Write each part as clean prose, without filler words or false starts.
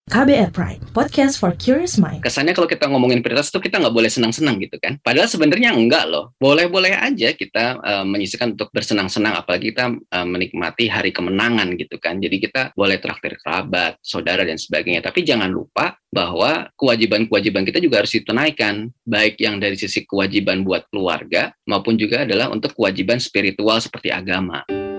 KBR Prime, podcast for curious mind. Kesannya kalau kita ngomongin prioritas itu kita nggak boleh senang-senang gitu kan. Padahal sebenarnya enggak loh. Boleh-boleh aja kita menyisihkan untuk bersenang-senang. Apalagi kita menikmati hari kemenangan gitu kan. Jadi kita boleh traktir kerabat, saudara dan sebagainya. Tapi jangan lupa bahwa kewajiban-kewajiban kita juga harus ditunaikan. Baik yang dari sisi kewajiban buat keluarga maupun juga adalah untuk kewajiban spiritual seperti agama.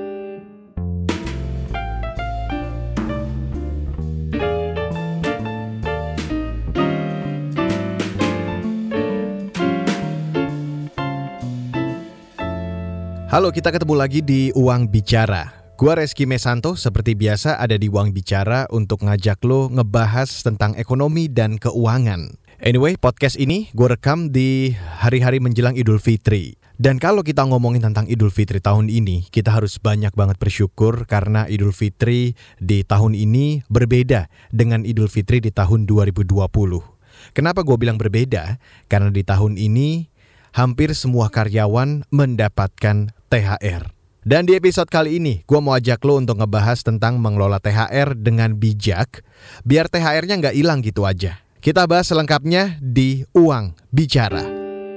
Halo, kita ketemu lagi di Uang Bicara. Gua Reski Mesanto seperti biasa ada di Uang Bicara untuk ngajak lo ngebahas tentang ekonomi dan keuangan. Anyway, podcast ini gue rekam di hari-hari menjelang Idul Fitri. Dan kalau kita ngomongin tentang Idul Fitri tahun ini, kita harus banyak banget bersyukur karena Idul Fitri di tahun ini berbeda dengan Idul Fitri di tahun 2020. Kenapa gue bilang berbeda? Karena di tahun ini hampir semua karyawan mendapatkan THR. Dan di episode kali ini, gue mau ajak lo untuk ngebahas tentang mengelola THR dengan bijak, biar THR-nya nggak hilang gitu aja. Kita bahas selengkapnya di Uang Bicara.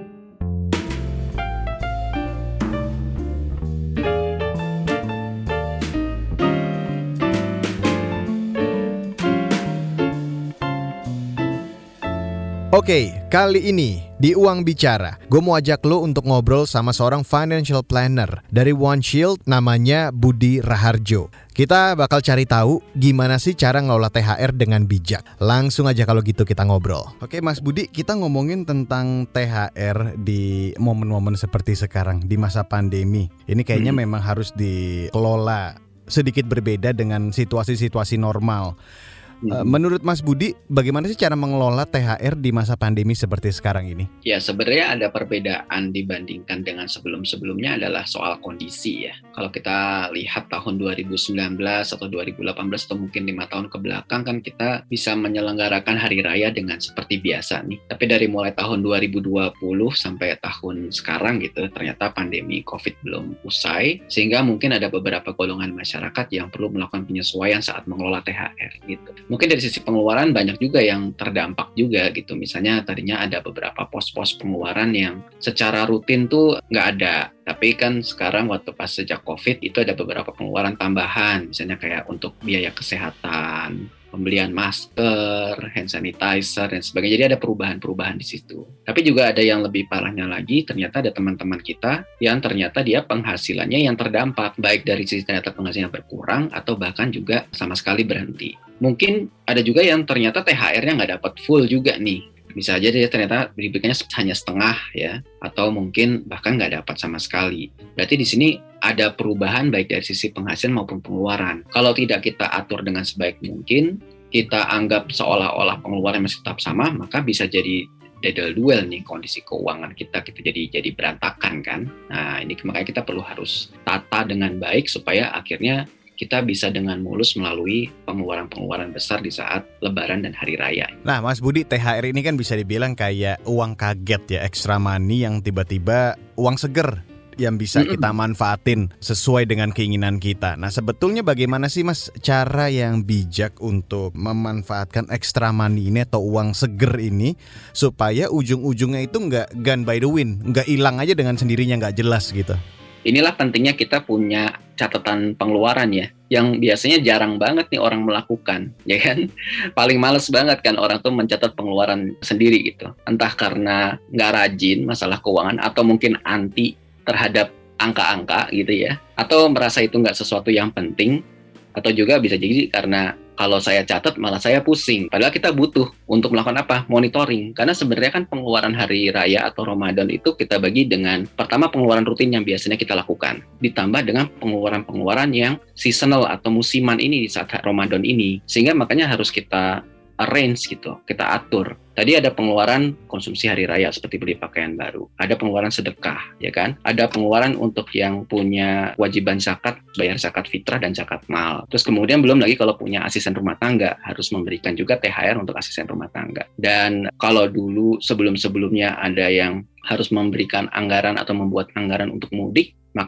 Oke, kali ini di Uang Bicara, gue mau ajak lo untuk ngobrol sama seorang financial planner dari One Shield namanya Budi Raharjo. Kita bakal cari tahu gimana sih cara ngelola THR dengan bijak. Langsung aja kalau gitu kita ngobrol. Oke Mas Budi, kita ngomongin tentang THR di momen-momen seperti sekarang, di masa pandemi. Ini kayaknya memang harus dikelola sedikit berbeda dengan situasi-situasi normal. Menurut Mas Budi, bagaimana sih cara mengelola THR di masa pandemi seperti sekarang ini? Ya, sebenarnya ada perbedaan dibandingkan dengan sebelum-sebelumnya adalah soal kondisi ya. Kalau kita lihat tahun 2019 atau 2018 atau mungkin 5 tahun ke belakang kan kita bisa menyelenggarakan hari raya dengan seperti biasa nih. Tapi dari mulai tahun 2020 sampai tahun sekarang gitu, ternyata pandemi COVID belum usai. Sehingga mungkin ada beberapa golongan masyarakat yang perlu melakukan penyesuaian saat mengelola THR gitu. Mungkin dari sisi pengeluaran banyak juga yang terdampak juga gitu. Misalnya tadinya ada beberapa pos-pos pengeluaran yang secara rutin tuh nggak ada. Tapi kan sekarang waktu pas sejak COVID itu ada beberapa pengeluaran tambahan. Misalnya kayak untuk biaya kesehatan, pembelian masker, hand sanitizer, dan sebagainya. Jadi ada perubahan-perubahan di situ. Tapi juga ada yang lebih parahnya lagi, ternyata ada teman-teman kita yang ternyata dia penghasilannya yang terdampak. Baik dari sisi ternyata penghasilannya berkurang atau bahkan juga sama sekali berhenti. Mungkin ada juga yang ternyata THR-nya nggak dapat full juga nih. Bisa aja dia ternyata diberikannya hanya setengah ya, atau mungkin bahkan nggak dapat sama sekali. Berarti di sini ada perubahan baik dari sisi penghasilan maupun pengeluaran. Kalau tidak kita atur dengan sebaik mungkin, kita anggap seolah-olah pengeluaran masih tetap sama, maka bisa jadi dedel-duel nih kondisi keuangan kita jadi berantakan kan. Nah ini makanya kita perlu harus tata dengan baik supaya akhirnya kita bisa dengan mulus melalui pengeluaran-pengeluaran besar di saat Lebaran dan Hari Raya. Nah Mas Budi, THR ini kan bisa dibilang kayak uang kaget ya, extra money yang tiba-tiba uang seger yang bisa kita manfaatin sesuai dengan keinginan kita. Nah sebetulnya bagaimana sih Mas cara yang bijak untuk memanfaatkan extra money ini atau uang seger ini supaya ujung-ujungnya itu nggak gone by the wind, nggak hilang aja dengan sendirinya, nggak jelas gitu. Inilah pentingnya kita punya catatan pengeluaran ya, yang biasanya jarang banget nih orang melakukan, ya kan? Paling males banget kan orang tuh mencatat pengeluaran sendiri gitu. Entah karena nggak rajin masalah keuangan atau mungkin anti terhadap angka-angka gitu ya, atau merasa itu nggak sesuatu yang penting, atau juga bisa jadi karena kalau saya catat malah saya pusing. Padahal kita butuh untuk melakukan apa? Monitoring. Karena sebenarnya kan pengeluaran hari raya atau Ramadan itu kita bagi dengan pertama pengeluaran rutin yang biasanya kita lakukan, ditambah dengan pengeluaran-pengeluaran yang seasonal atau musiman ini di saat Ramadan ini. Sehingga makanya harus kita arrange gitu, kita atur. Tadi ada pengeluaran konsumsi hari raya seperti beli pakaian baru, ada pengeluaran sedekah, ya kan? Ada pengeluaran untuk yang punya kewajiban zakat, bayar zakat fitrah dan zakat mal. Terus kemudian belum lagi kalau punya asisten rumah tangga, harus memberikan juga THR untuk asisten rumah tangga. Dan kalau dulu sebelum-sebelumnya ada yang harus memberikan anggaran atau membuat anggaran untuk mudik, maka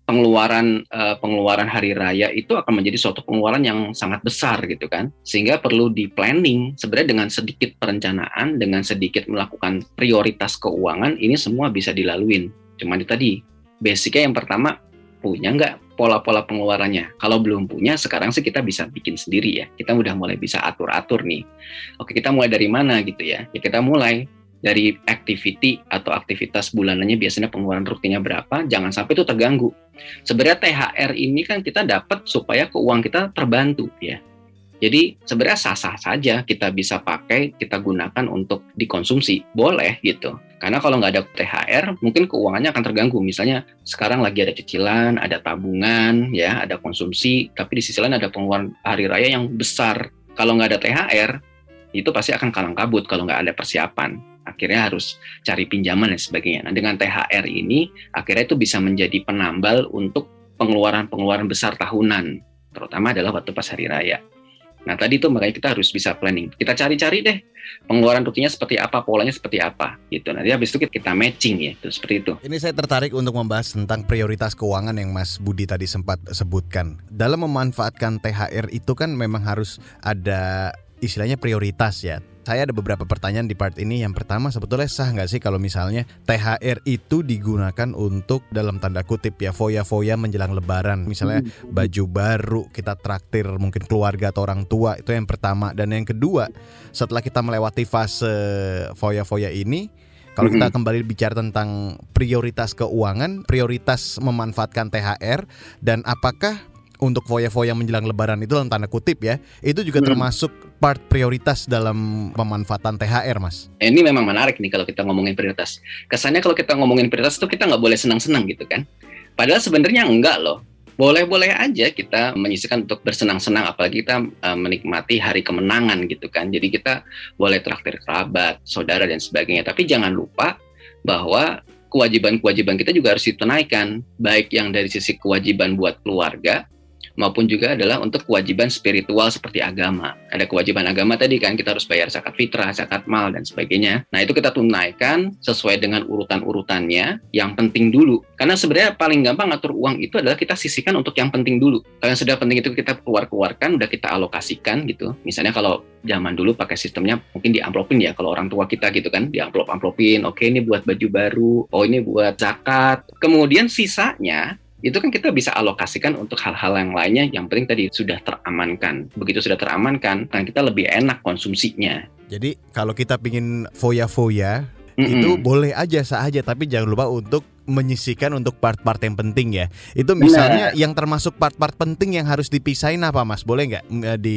pengeluaran hari raya itu akan menjadi suatu pengeluaran yang sangat besar gitu kan, sehingga perlu di planning. Sebenarnya dengan sedikit perencanaan, dengan sedikit melakukan prioritas keuangan, ini semua bisa dilaluin. Cuma itu tadi, basicnya yang pertama, punya nggak pola-pola pengeluarannya? Kalau belum punya, sekarang sih kita bisa bikin sendiri ya. Kita udah mulai bisa atur-atur nih. Oke, kita mulai dari mana gitu ya? Ya kita mulai dari activity atau aktivitas bulanannya, biasanya pengeluaran rutinnya berapa, jangan sampai itu terganggu. Sebenarnya THR ini kan kita dapat supaya keuangan kita terbantu ya. Jadi sebenarnya sah-sah saja kita bisa pakai, kita gunakan untuk dikonsumsi, boleh gitu. Karena kalau nggak ada THR, mungkin keuangannya akan terganggu. Misalnya sekarang lagi ada cicilan, ada tabungan, ya, ada konsumsi, tapi di sisi lain ada pengeluaran hari raya yang besar. Kalau nggak ada THR, itu pasti akan kalang kabut kalau nggak ada persiapan. Akhirnya harus cari pinjaman dan sebagainya. Nah, dengan THR ini, akhirnya itu bisa menjadi penambal untuk pengeluaran-pengeluaran besar tahunan, terutama adalah waktu pas hari raya. Nah, tadi itu makanya kita harus bisa planning. Kita cari-cari deh pengeluaran rutinnya seperti apa, polanya seperti apa, gitu. Nanti habis itu kita matching ya, itu seperti itu. Ini saya tertarik untuk membahas tentang prioritas keuangan yang Mas Budi tadi sempat sebutkan. Dalam memanfaatkan THR itu kan memang harus ada istilahnya prioritas ya. Saya ada beberapa pertanyaan di part ini. Yang pertama, sebetulnya sah nggak sih kalau misalnya THR itu digunakan untuk dalam tanda kutip ya foya-foya menjelang lebaran. Misalnya baju baru, kita traktir mungkin keluarga atau orang tua, itu yang pertama. Dan yang kedua, setelah kita melewati fase foya-foya ini, kalau kita kembali bicara tentang prioritas keuangan, prioritas memanfaatkan THR, dan apakah untuk foya-foya menjelang lebaran itu dalam tanda kutip ya, itu juga termasuk part prioritas dalam pemanfaatan THR, Mas? Ini memang menarik nih kalau kita ngomongin prioritas. Kesannya kalau kita ngomongin prioritas itu kita nggak boleh senang-senang gitu kan. Padahal sebenarnya enggak loh. Boleh-boleh aja kita menyisihkan untuk bersenang-senang, apalagi kita menikmati hari kemenangan gitu kan. Jadi kita boleh traktir kerabat, saudara dan sebagainya. Tapi jangan lupa bahwa kewajiban-kewajiban kita juga harus ditunaikan, baik yang dari sisi kewajiban buat keluarga, maupun juga adalah untuk kewajiban spiritual seperti agama. Ada kewajiban agama tadi kan, kita harus bayar zakat fitrah, zakat mal, dan sebagainya. Nah, itu kita tunaikan sesuai dengan urutan-urutannya, yang penting dulu. Karena sebenarnya paling gampang ngatur uang itu adalah kita sisihkan untuk yang penting dulu. Kalau yang sudah penting itu kita keluarkan, udah kita alokasikan gitu. Misalnya kalau zaman dulu pakai sistemnya mungkin diamplopin ya, kalau orang tua kita gitu kan, diamplopin, oke ini buat baju baru, oh ini buat zakat. Kemudian sisanya, itu kan kita bisa alokasikan untuk hal-hal yang lainnya, yang penting tadi sudah teramankan. Begitu sudah teramankan, kan kita lebih enak konsumsinya. Jadi kalau kita pingin foya-foya, itu boleh aja, sah aja, tapi jangan lupa untuk menyisihkan untuk part-part yang penting ya. Itu misalnya yang termasuk part-part penting yang harus dipisahin apa, Mas? Boleh nggak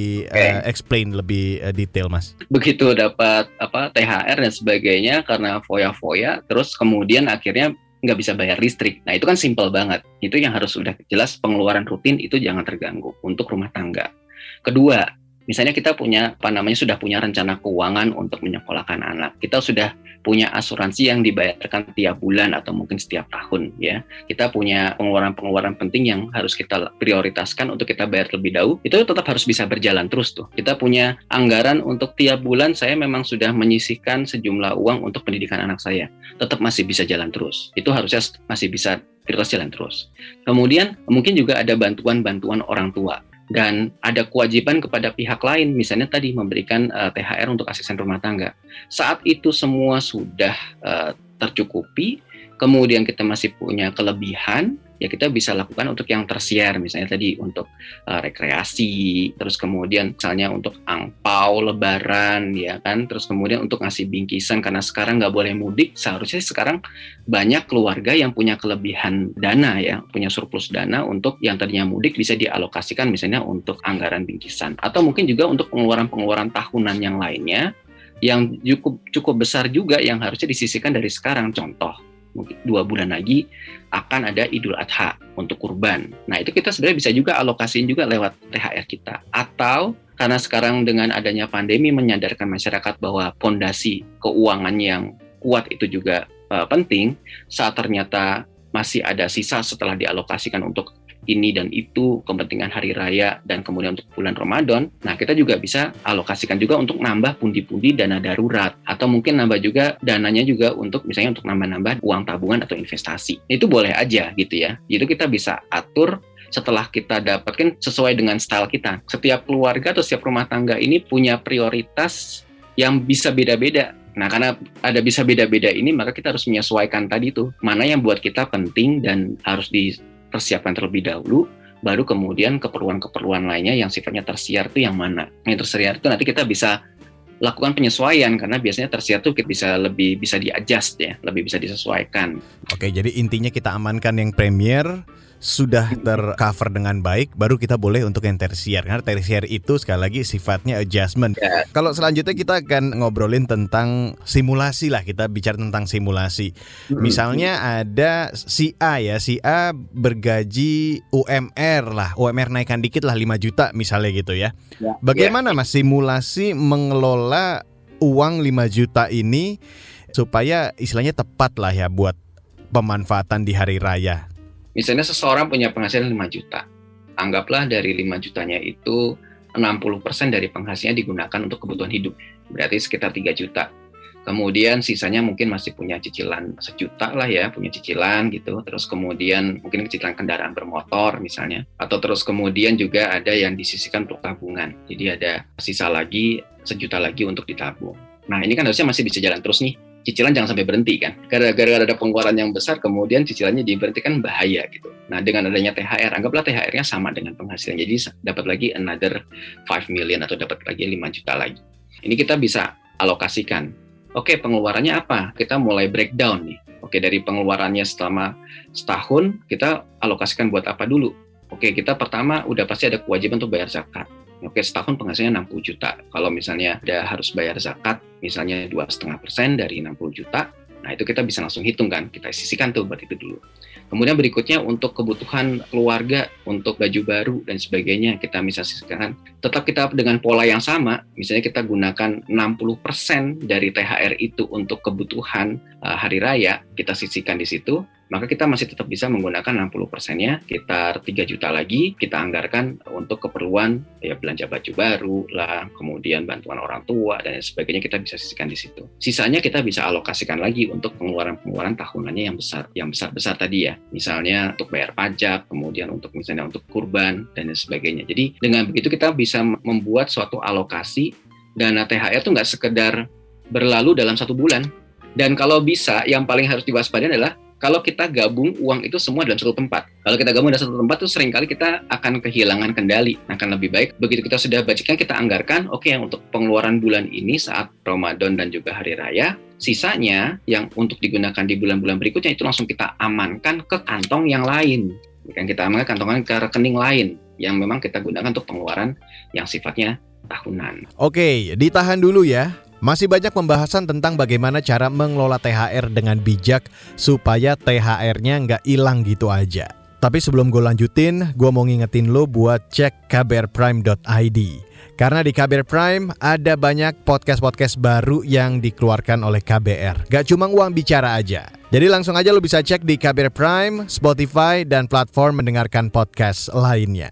explain lebih detail, Mas? Begitu dapat THR dan sebagainya karena foya-foya, terus kemudian akhirnya nggak bisa bayar listrik. Nah, itu kan simple banget. Itu yang harus sudah jelas, pengeluaran rutin itu jangan terganggu untuk rumah tangga. Kedua, misalnya kita sudah punya rencana keuangan untuk menyekolahkan anak. Kita sudah punya asuransi yang dibayarkan tiap bulan atau mungkin setiap tahun ya. Kita punya pengeluaran-pengeluaran penting yang harus kita prioritaskan untuk kita bayar lebih dahulu. Itu tetap harus bisa berjalan terus tuh. Kita punya anggaran untuk tiap bulan, saya memang sudah menyisihkan sejumlah uang untuk pendidikan anak saya. Tetap masih bisa jalan terus. Itu harusnya masih bisa prioritas jalan terus. Kemudian mungkin juga ada bantuan-bantuan orang tua. Dan ada kewajiban kepada pihak lain, misalnya tadi memberikan THR untuk asisten rumah tangga. Saat itu semua sudah tercukupi, kemudian kita masih punya kelebihan, ya kita bisa lakukan untuk yang tersier, misalnya tadi untuk rekreasi, terus kemudian misalnya untuk angpau lebaran, ya kan, terus kemudian untuk ngasih bingkisan, karena sekarang nggak boleh mudik, seharusnya sekarang banyak keluarga yang punya kelebihan dana ya, punya surplus dana untuk yang tadinya mudik bisa dialokasikan misalnya untuk anggaran bingkisan, atau mungkin juga untuk pengeluaran-pengeluaran tahunan yang lainnya, yang cukup besar juga yang harusnya disisihkan dari sekarang. Contoh, mungkin 2 bulan lagi akan ada Idul Adha untuk kurban. Nah, itu kita sebenarnya bisa juga alokasiin juga lewat THR kita. Atau karena sekarang dengan adanya pandemi menyadarkan masyarakat bahwa fondasi keuangan yang kuat itu juga penting, saat ternyata masih ada sisa setelah dialokasikan untuk ini dan itu, kepentingan hari raya, dan kemudian untuk bulan Ramadan, nah kita juga bisa alokasikan juga untuk nambah pundi-pundi dana darurat, atau mungkin nambah juga dananya juga untuk misalnya untuk nambah-nambah uang tabungan atau investasi. Itu boleh aja gitu ya. Itu kita bisa atur setelah kita dapatkan sesuai dengan style kita. Setiap keluarga atau setiap rumah tangga ini punya prioritas yang bisa beda-beda. Nah, karena ada bisa beda-beda ini, maka kita harus menyesuaikan tadi tuh, mana yang buat kita penting dan harus dipersiapkan terlebih dahulu, baru kemudian keperluan-keperluan lainnya yang sifatnya tersier itu yang mana. Yang tersier itu nanti kita bisa lakukan penyesuaian, karena biasanya tersier itu bisa di-adjust ya, lebih bisa disesuaikan. Oke, jadi intinya kita amankan yang premier, sudah tercover dengan baik, baru kita boleh untuk yang tersier. Karena tersier itu sekali lagi sifatnya adjustment. Ya. Kalau selanjutnya kita akan ngobrolin tentang simulasi lah. Kita bicara tentang simulasi. Misalnya ada si A ya, si A bergaji UMR lah, UMR naikkan dikit lah 5 juta misalnya gitu ya. Bagaimana Mas simulasi mengelola uang 5 juta ini supaya istilahnya tepat lah ya buat pemanfaatan di hari raya? Misalnya seseorang punya penghasilan 5 juta. Anggaplah dari 5 jutanya itu 60% dari penghasilannya digunakan untuk kebutuhan hidup. Berarti sekitar 3 juta. Kemudian sisanya mungkin masih punya cicilan 1 juta lah ya, punya cicilan gitu. Terus kemudian mungkin cicilan kendaraan bermotor misalnya. Atau terus kemudian juga ada yang disisihkan untuk tabungan. Jadi ada sisa lagi 1 juta lagi untuk ditabung. Nah ini kan harusnya masih bisa jalan terus nih. Cicilan jangan sampai berhenti kan. Gara-gara ada pengeluaran yang besar, kemudian cicilannya diberhentikan, bahaya gitu. Nah dengan adanya THR, anggaplah THR-nya sama dengan penghasilan. Jadi dapat lagi another 5 million atau dapat lagi 5 juta lagi. Ini kita bisa alokasikan. Oke, pengeluarannya apa? Kita mulai breakdown nih. Oke, dari pengeluarannya selama setahun, kita alokasikan buat apa dulu? Oke, kita pertama udah pasti ada kewajiban untuk bayar zakat. Oke, setahun penghasilannya 60 juta. Kalau misalnya ada harus bayar zakat, misalnya 2,5% dari 60 juta, nah itu kita bisa langsung hitung kan, kita sisihkan tuh buat itu dulu. Kemudian berikutnya untuk kebutuhan keluarga, untuk baju baru dan sebagainya, kita bisa sisihkan. Tetap kita dengan pola yang sama, misalnya kita gunakan 60% dari THR itu untuk kebutuhan hari raya, kita sisihkan di situ, maka kita masih tetap bisa menggunakan 60%-nya, sekitar 3 juta lagi kita anggarkan untuk keperluan ya belanja baju baru lah, kemudian bantuan orang tua dan sebagainya kita bisa sisihkan di situ. Sisanya kita bisa alokasikan lagi untuk pengeluaran-pengeluaran tahunannya yang besar tadi ya. Misalnya untuk bayar pajak, kemudian untuk misalnya untuk kurban dan sebagainya. Jadi dengan begitu kita bisa membuat suatu alokasi dana THR itu nggak sekedar berlalu dalam 1 bulan. Dan kalau bisa yang paling harus diwaspadai adalah kalau kita gabung uang itu semua dalam satu tempat. Kalau kita gabung dalam satu tempat tuh seringkali kita akan kehilangan kendali. Akan lebih baik begitu kita sudah budgetkan, kita anggarkan, oke, yang untuk pengeluaran bulan ini saat Ramadan dan juga hari raya, sisanya yang untuk digunakan di bulan-bulan berikutnya itu langsung kita amankan ke kantong yang lain. Bukan kita amankan kantongan ke rekening lain yang memang kita gunakan untuk pengeluaran yang sifatnya tahunan. Oke, ditahan dulu ya. Masih banyak pembahasan tentang bagaimana cara mengelola THR dengan bijak supaya THR-nya nggak hilang gitu aja. Tapi sebelum gue lanjutin, gue mau ngingetin lo buat cek kbrprime.id. Karena di KBR Prime ada banyak podcast-podcast baru yang dikeluarkan oleh KBR. Gak cuma uang bicara aja. Jadi langsung aja lo bisa cek di KBR Prime, Spotify, dan platform mendengarkan podcast lainnya.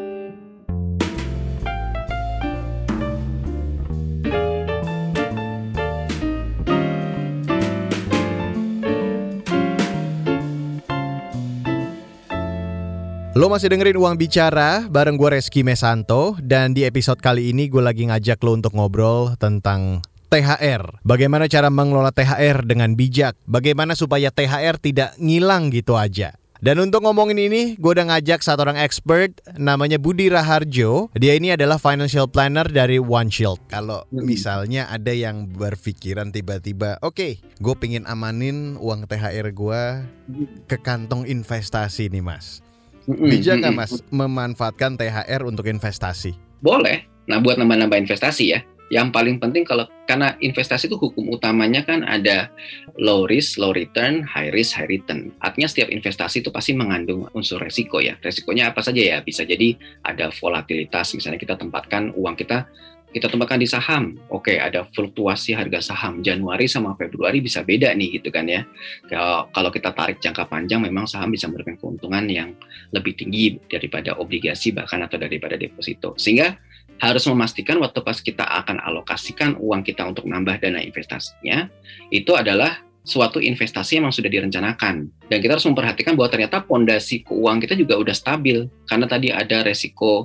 Lo masih dengerin Uang Bicara bareng gue Reski Mesanto. Dan di episode kali ini gue lagi ngajak lo untuk ngobrol tentang THR. Bagaimana cara mengelola THR dengan bijak. Bagaimana supaya THR tidak ngilang gitu aja. Dan untuk ngomongin ini, gue udah ngajak satu orang expert, namanya Budi Raharjo. Dia ini adalah financial planner dari OneShield. Kalau misalnya ada yang berpikiran tiba-tiba, oke, gue pengen amanin uang THR gue ke kantong investasi nih mas. Bijak nggak mas memanfaatkan THR untuk investasi? Boleh. Nah buat nambah-nambah investasi ya, yang paling penting karena investasi itu hukum utamanya kan ada low risk, low return, high risk, high return. Artinya setiap investasi itu pasti mengandung unsur resiko ya. Resikonya apa saja ya? Bisa jadi ada volatilitas, misalnya kita tempatkan uang kita kita tempatkan di saham. Oke, ada fluktuasi harga saham Januari sama Februari bisa beda nih gitu kan ya. Kalau kita tarik jangka panjang memang saham bisa memberikan keuntungan yang lebih tinggi daripada obligasi bahkan atau daripada deposito. Sehingga harus memastikan waktu pas kita akan alokasikan uang kita untuk nambah dana investasinya, itu adalah suatu investasi yang memang sudah direncanakan. Dan kita harus memperhatikan bahwa ternyata pondasi keuangan kita juga udah stabil. Karena tadi ada resiko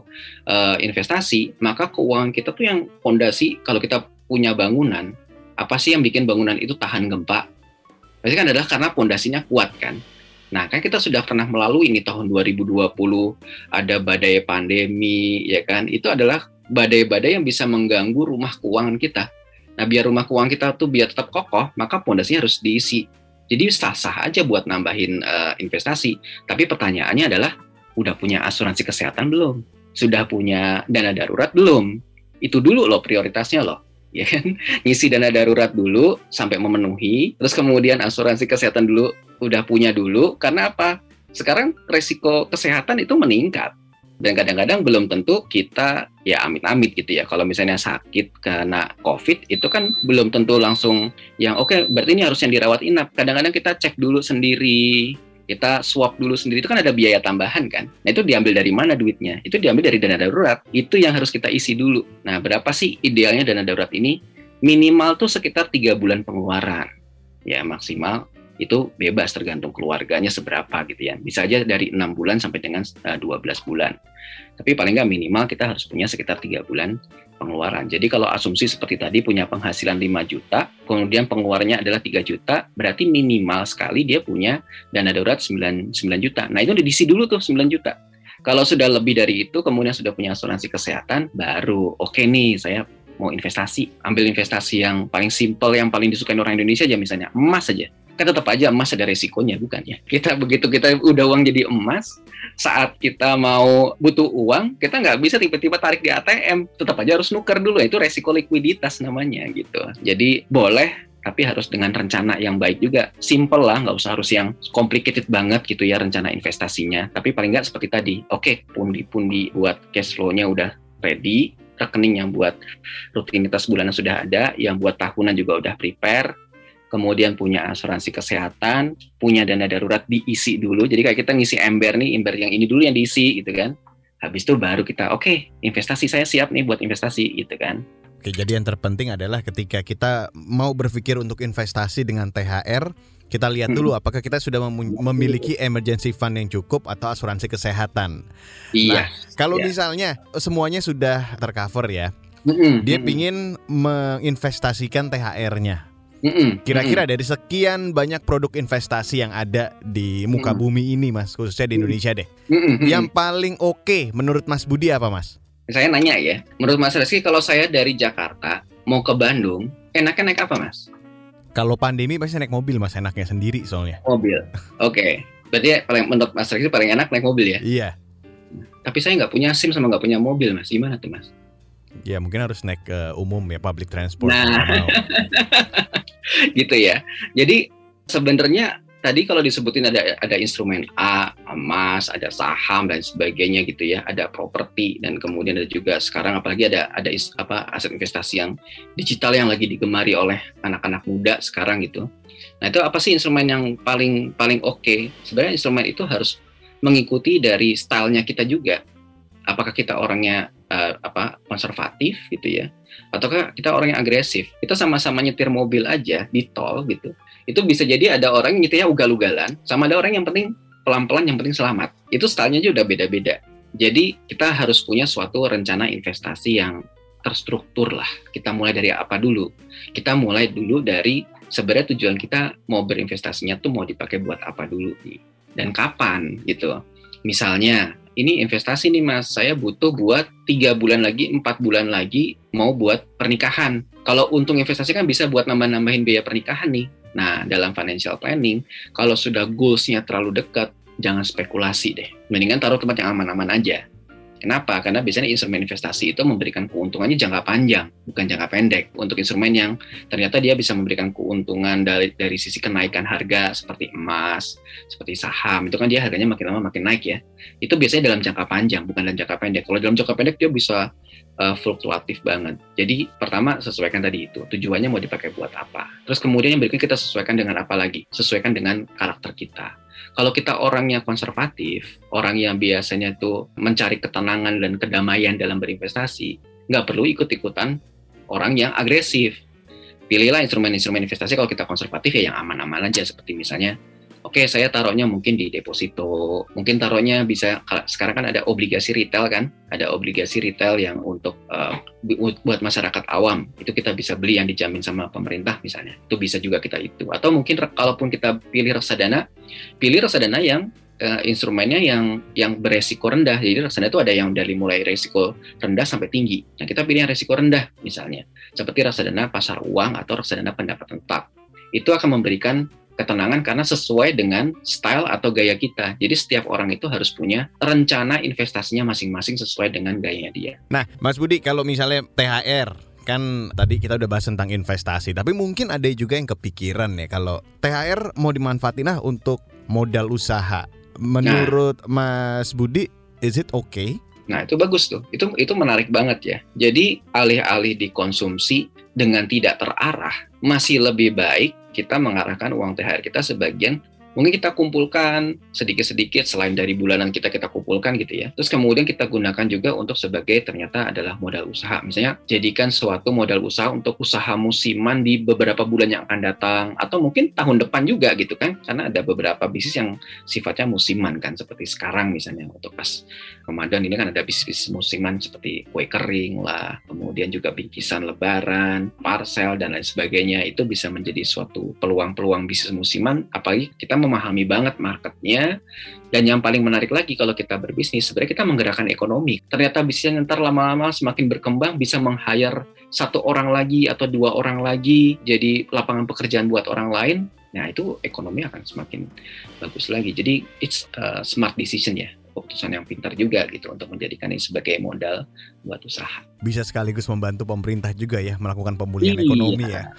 investasi, maka keuangan kita tuh yang pondasi, kalau kita punya bangunan, apa sih yang bikin bangunan itu tahan gempa? Pasti kan adalah karena pondasinya kuat kan. Nah, kan kita sudah pernah melalui ini tahun 2020, ada badai pandemi, ya kan? Itu adalah badai-badai yang bisa mengganggu rumah keuangan kita. Nah, biar rumah keuangan kita tuh biar tetap kokoh, maka pondasinya harus diisi. Jadi sah-sah aja buat nambahin investasi. Tapi pertanyaannya adalah, udah punya asuransi kesehatan belum? Sudah punya dana darurat belum? Itu dulu loh prioritasnya loh. Ya kan? Ngisi dana darurat dulu sampai memenuhi, terus kemudian asuransi kesehatan dulu, udah punya dulu. Karena apa? Sekarang resiko kesehatan itu meningkat. Dan kadang-kadang belum tentu kita ya amit-amit gitu ya. Kalau misalnya sakit kena COVID itu kan belum tentu langsung yang oke, berarti ini harus yang dirawat inap. Kadang-kadang kita cek dulu sendiri, kita swab dulu sendiri, itu kan ada biaya tambahan kan. Nah itu diambil dari mana duitnya? Itu diambil dari dana darurat. Itu yang harus kita isi dulu. Nah berapa sih idealnya dana darurat ini? Minimal tuh sekitar 3 bulan pengeluaran. Ya maksimal itu bebas tergantung keluarganya seberapa gitu ya. Bisa aja dari 6 bulan sampai dengan 12 bulan. Tapi paling nggak minimal kita harus punya sekitar 3 bulan pengeluaran. Jadi kalau asumsi seperti tadi punya penghasilan 5 juta, kemudian pengeluarannya adalah 3 juta, berarti minimal sekali dia punya dana darurat 9 juta. Nah itu diisi dulu tuh 9 juta. Kalau sudah lebih dari itu, kemudian sudah punya asuransi kesehatan, baru oke nih saya mau investasi. Ambil investasi yang paling simple, yang paling disukai orang Indonesia aja, misalnya emas aja. Kan tetap aja emas ada resikonya, bukan ya? Begitu kita udah uang jadi emas, saat kita mau butuh uang, kita nggak bisa tiba-tiba tarik di ATM, tetap aja harus nuker dulu, itu resiko likuiditas namanya gitu. Jadi boleh, tapi harus dengan rencana yang baik juga. Simple lah, nggak usah harus yang complicated banget gitu ya rencana investasinya. Tapi paling nggak seperti tadi, oke, pundi-pundi buat cash flow-nya udah ready, rekening yang buat rutinitas bulanan sudah ada, yang buat tahunan juga udah prepare, kemudian punya asuransi kesehatan, punya dana darurat diisi dulu. Jadi kayak kita ngisi ember nih, ember yang ini dulu yang diisi gitu kan. Habis itu baru kita oke, investasi saya siap nih buat investasi gitu kan. Oke, jadi yang terpenting adalah ketika kita mau berpikir untuk investasi dengan THR, kita lihat dulu apakah kita sudah memiliki emergency fund yang cukup atau asuransi kesehatan. Iya. Nah, kalau misalnya semuanya sudah tercover ya, dia pingin menginvestasikan THR-nya. Kira-kira dari sekian banyak produk investasi yang ada di muka bumi ini Mas, khususnya di Indonesia deh, yang paling oke menurut Mas Budi apa Mas? Saya nanya ya, menurut Mas Reski kalau saya dari Jakarta mau ke Bandung, enaknya naik apa Mas? Kalau pandemi pasti naik mobil Mas, enaknya sendiri soalnya. Mobil, oke. Berarti menurut Mas Reski paling enak naik mobil ya? Iya. Tapi saya nggak punya SIM sama nggak punya mobil Mas, gimana tuh Mas? Ya mungkin harus naik umum ya, public transport. Nah, gitu ya. Jadi sebenarnya tadi kalau disebutin ada instrumen A, emas, ada saham dan sebagainya gitu ya, ada properti dan kemudian ada juga sekarang apalagi ada aset investasi yang digital yang lagi digemari oleh anak-anak muda sekarang gitu. Nah itu apa sih instrumen yang paling oke? Sebenarnya instrumen itu harus mengikuti dari stylenya kita juga. Apakah kita orangnya konservatif gitu ya, ataukah kita orang yang agresif? Kita sama-sama nyetir mobil aja di tol gitu. Itu bisa jadi ada orang yang nyetirnya ugal-ugalan, sama ada orang yang penting pelan-pelan, yang penting selamat. Itu stylenya juga udah beda-beda. Jadi kita harus punya suatu rencana investasi yang terstruktur lah. Kita mulai dari apa dulu? Kita mulai dulu dari sebenarnya tujuan kita mau berinvestasinya tuh mau dipakai buat apa dulu nih, dan kapan gitu. Misalnya ini investasi nih Mas, saya butuh buat 3 bulan lagi, 4 bulan lagi mau buat pernikahan. Kalau untung investasi kan bisa buat nambah-nambahin biaya pernikahan nih. Nah, dalam financial planning, kalau sudah goals-nya terlalu dekat, jangan spekulasi deh. Mendingan taruh tempat yang aman-aman aja. Kenapa? Karena biasanya instrumen investasi itu memberikan keuntungannya jangka panjang, bukan jangka pendek. Untuk instrumen yang ternyata dia bisa memberikan keuntungan dari sisi kenaikan harga seperti emas, seperti saham, itu kan dia harganya makin lama makin naik ya. Itu biasanya dalam jangka panjang, bukan dalam jangka pendek. Kalau dalam jangka pendek dia bisa fluktuatif banget. Jadi pertama sesuaikan tadi itu, tujuannya mau dipakai buat apa. Terus kemudian yang berikutnya kita sesuaikan dengan apa lagi? Sesuaikan dengan karakter kita. Kalau kita orangnya konservatif, orang yang biasanya tuh mencari ketenangan dan kedamaian dalam berinvestasi, nggak perlu ikut-ikutan orang yang agresif. Pilihlah instrumen-instrumen investasi kalau kita konservatif ya yang aman-aman aja, seperti misalnya oke, saya taruhnya mungkin di deposito, mungkin taruhnya bisa, sekarang kan ada obligasi retail kan, ada obligasi retail yang untuk buat masyarakat awam, itu kita bisa beli yang dijamin sama pemerintah misalnya, itu bisa juga kita itu. Atau mungkin kalaupun kita pilih reksadana yang instrumennya yang beresiko rendah. Jadi reksadana itu ada yang dari mulai resiko rendah sampai tinggi. Nah, kita pilih yang resiko rendah misalnya, seperti reksadana pasar uang atau reksadana pendapatan tetap. Itu akan memberikan ketenangan karena sesuai dengan style atau gaya kita. Jadi setiap orang itu harus punya rencana investasinya masing-masing sesuai dengan gayanya dia. Nah, Mas Budi, kalau misalnya THR, kan tadi kita udah bahas tentang investasi, tapi mungkin ada juga yang kepikiran ya kalau THR mau dimanfaatin untuk modal usaha. Menurut Mas Budi, is it okay? Nah, itu bagus tuh. Itu menarik banget ya. Jadi alih-alih dikonsumsi dengan tidak terarah, masih lebih baik kita mengarahkan uang THR kita sebagian mungkin kita kumpulkan sedikit-sedikit selain dari bulanan kita kumpulkan gitu ya. Terus kemudian kita gunakan juga untuk sebagai ternyata adalah modal usaha. Misalnya jadikan suatu modal usaha untuk usaha musiman di beberapa bulan yang akan datang atau mungkin tahun depan juga gitu kan. Karena ada beberapa bisnis yang sifatnya musiman kan, seperti sekarang misalnya untuk pas Ramadan ini kan ada bisnis musiman seperti kue kering lah, kemudian juga bingkisan lebaran, parcel dan lain sebagainya. Itu bisa menjadi suatu peluang-peluang bisnis musiman, apalagi kita memahami banget marketnya. Dan yang paling menarik lagi kalau kita berbisnis, sebenarnya kita menggerakkan ekonomi. Ternyata bisnisnya ntar lama-lama semakin berkembang, bisa meng-hire 1 orang lagi atau 2 orang lagi, jadi lapangan pekerjaan buat orang lain. Nah, itu ekonomi akan semakin bagus lagi. Jadi it's a smart decision ya, keputusan yang pintar juga gitu untuk menjadikan ini sebagai modal buat usaha. Bisa sekaligus membantu pemerintah juga ya melakukan pemulihan ekonomi ya.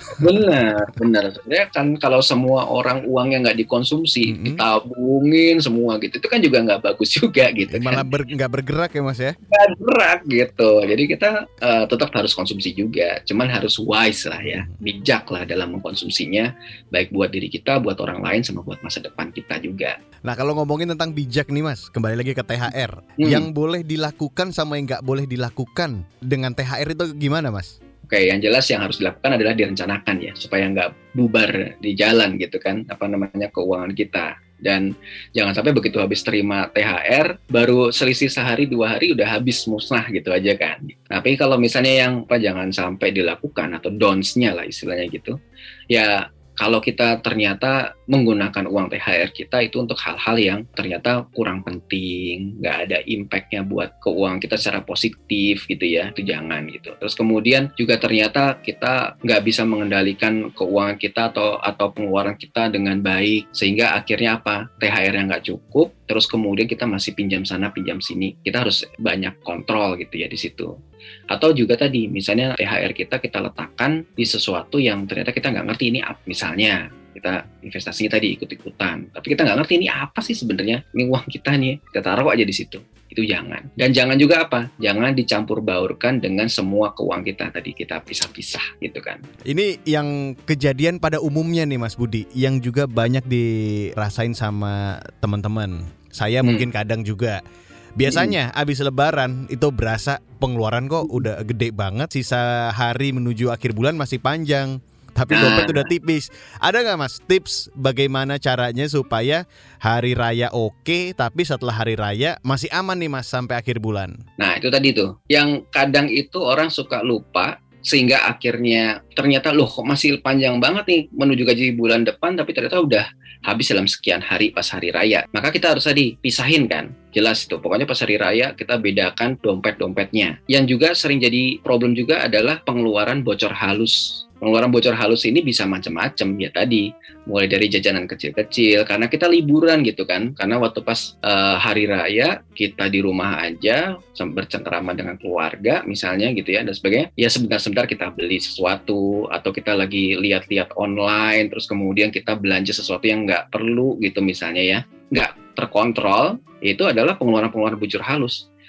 Benar. Sebenarnya kan kalau semua orang uangnya nggak dikonsumsi, ditabungin semua gitu, itu kan juga nggak bagus juga gitu. Malah nggak bergerak ya Mas ya? Nggak bergerak gitu. Jadi kita tetap harus konsumsi juga, cuman harus wise lah ya, bijak lah dalam mengkonsumsinya, baik buat diri kita, buat orang lain, sama buat masa depan kita juga. Nah, kalau ngomongin tentang bijak nih Mas, kembali lagi ke THR, yang boleh dilakukan sama yang nggak boleh dilakukan dengan THR itu gimana Mas? Oke, yang jelas yang harus dilakukan adalah direncanakan ya, supaya nggak bubar di jalan gitu kan, keuangan kita. Dan jangan sampai begitu habis terima THR, baru selisih sehari 2 hari udah habis musnah gitu aja kan. Tapi kalau misalnya yang jangan sampai dilakukan atau don'ts-nya lah istilahnya gitu, ya kalau kita ternyata menggunakan uang THR kita itu untuk hal-hal yang ternyata kurang penting, nggak ada impact-nya buat keuangan kita secara positif gitu ya, itu jangan gitu. Terus kemudian juga ternyata kita nggak bisa mengendalikan keuangan kita atau pengeluaran kita dengan baik, sehingga akhirnya apa? THR-nya nggak cukup, terus kemudian kita masih pinjam sana, pinjam sini. Kita harus banyak kontrol gitu ya di situ. Atau juga tadi, misalnya THR kita letakkan di sesuatu yang ternyata kita nggak ngerti ini apa. Misalnya kita investasinya tadi ikut-ikutan, tapi kita nggak ngerti ini apa sih sebenarnya, ini uang kita nih, kita taruh aja di situ. Itu jangan. Dan jangan juga apa? Jangan dicampur baurkan dengan semua keuangan kita tadi, kita pisah-pisah gitu kan. Ini yang kejadian pada umumnya nih Mas Budi, yang juga banyak dirasain sama teman-teman. Saya mungkin kadang juga. Biasanya abis lebaran itu berasa pengeluaran kok udah gede banget, sisa hari menuju akhir bulan masih panjang, tapi dompet udah tipis. Ada nggak Mas tips bagaimana caranya supaya hari raya oke, tapi setelah hari raya masih aman nih Mas sampai akhir bulan? Nah itu tadi tuh, yang kadang itu orang suka lupa, sehingga akhirnya ternyata loh kok masih panjang banget nih menuju gaji bulan depan, tapi ternyata udah habis dalam sekian hari pas hari raya. Maka kita harus tadi pisahin kan, jelas itu. Pokoknya pas hari raya kita bedakan dompet-dompetnya. Yang juga sering jadi problem juga adalah pengeluaran bocor halus. Pengeluaran bocor halus ini bisa macam-macam ya tadi, mulai dari jajanan kecil-kecil karena kita liburan gitu kan, karena waktu pas hari raya kita di rumah aja bercengkrama dengan keluarga misalnya gitu ya dan sebagainya, ya sebentar-sebentar kita beli sesuatu atau kita lagi lihat-lihat online terus kemudian kita belanja sesuatu yang nggak perlu gitu misalnya ya, nggak terkontrol, itu adalah pengeluaran-pengeluaran bocor halus.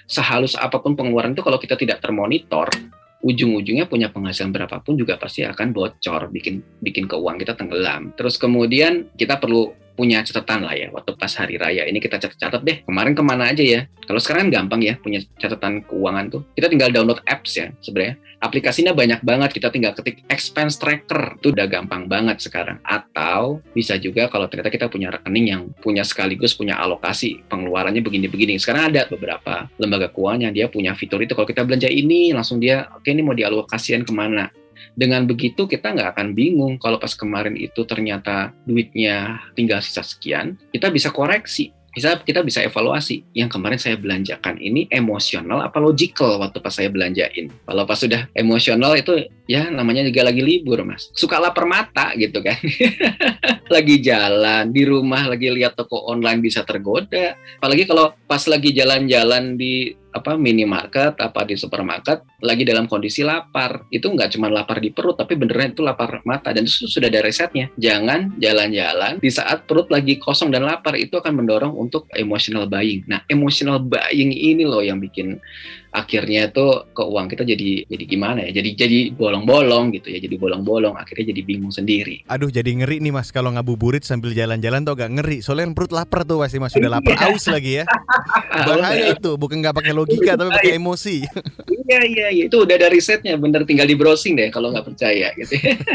sehalus apapun pengeluaran itu kalau kita tidak termonitor, ujung-ujungnya punya penghasilan berapapun juga pasti akan bocor, bikin keuangan kita tenggelam. Terus kemudian kita perlu punya catatan lah ya, waktu pas hari raya ini kita catat deh kemarin kemana aja ya. Kalau sekarang kan gampang ya punya catatan keuangan tuh, kita tinggal download apps ya sebenarnya. Aplikasinya banyak banget, kita tinggal ketik expense tracker, itu udah gampang banget sekarang. Atau bisa juga kalau ternyata kita punya rekening yang sekaligus punya alokasi pengeluarannya begini-begini. Sekarang ada beberapa lembaga keuangan yang dia punya fitur itu, kalau kita belanja ini langsung dia, oke ini mau dialokasikan kemana. Dengan begitu kita nggak akan bingung kalau pas kemarin itu ternyata duitnya tinggal sisa sekian, kita bisa koreksi. Kita bisa evaluasi, yang kemarin saya belanjakan ini emosional apa logical waktu pas saya belanjain. Kalau pas sudah emosional itu ya namanya juga lagi libur Mas. Suka lapar mata gitu kan. Lagi jalan, di rumah lagi lihat toko online bisa tergoda. Apalagi kalau pas lagi jalan-jalan di minimarket, di supermarket, lagi dalam kondisi lapar. Itu nggak cuma lapar di perut, tapi beneran itu lapar mata. Dan itu sudah ada risetnya. Jangan jalan-jalan di saat perut lagi kosong dan lapar, itu akan mendorong untuk emotional buying. Nah, emotional buying ini loh yang bikin akhirnya tuh keuangan kita jadi gimana ya? Jadi bolong-bolong gitu ya, jadi bolong-bolong, akhirnya jadi bingung sendiri. Aduh, jadi ngeri nih Mas kalau ngabuburit sambil jalan-jalan tuh agak ngeri. Soalnya perut lapar tuh pasti Mas, sudah lapar aus lagi ya. Bahaya itu, bukan nggak pakai logika tapi pakai emosi. Iya, itu udah ada risetnya, bener tinggal di browsing deh kalau nggak percaya gitu.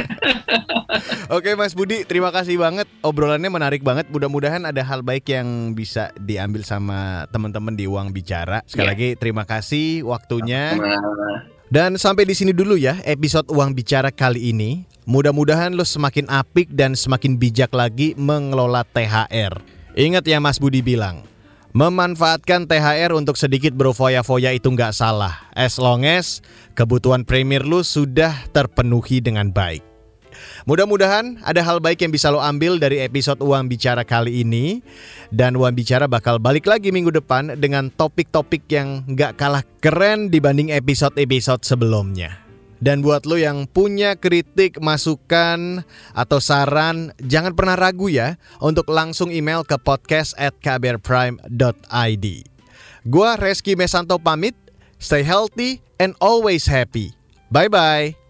Oke Mas Budi, terima kasih banget, obrolannya menarik banget. Mudah-mudahan ada hal baik yang bisa diambil sama teman-teman di Uang Bicara. Sekali lagi terima kasih waktunya. Dan sampai di sini dulu ya episode Uang Bicara kali ini. Mudah-mudahan lo semakin apik dan semakin bijak lagi mengelola THR. Ingat ya Mas Budi bilang, memanfaatkan THR untuk sedikit berfoya-foya itu nggak salah, as long as kebutuhan premier lu sudah terpenuhi dengan baik. Mudah-mudahan ada hal baik yang bisa lo ambil dari episode Uang Bicara kali ini. Dan Uang Bicara bakal balik lagi minggu depan dengan topik-topik yang nggak kalah keren dibanding episode-episode sebelumnya. Dan buat lo yang punya kritik, masukan, atau saran, jangan pernah ragu ya untuk langsung email ke podcast@kbrprime.id. Gua Reski Mesanto pamit, stay healthy and always happy. Bye-bye.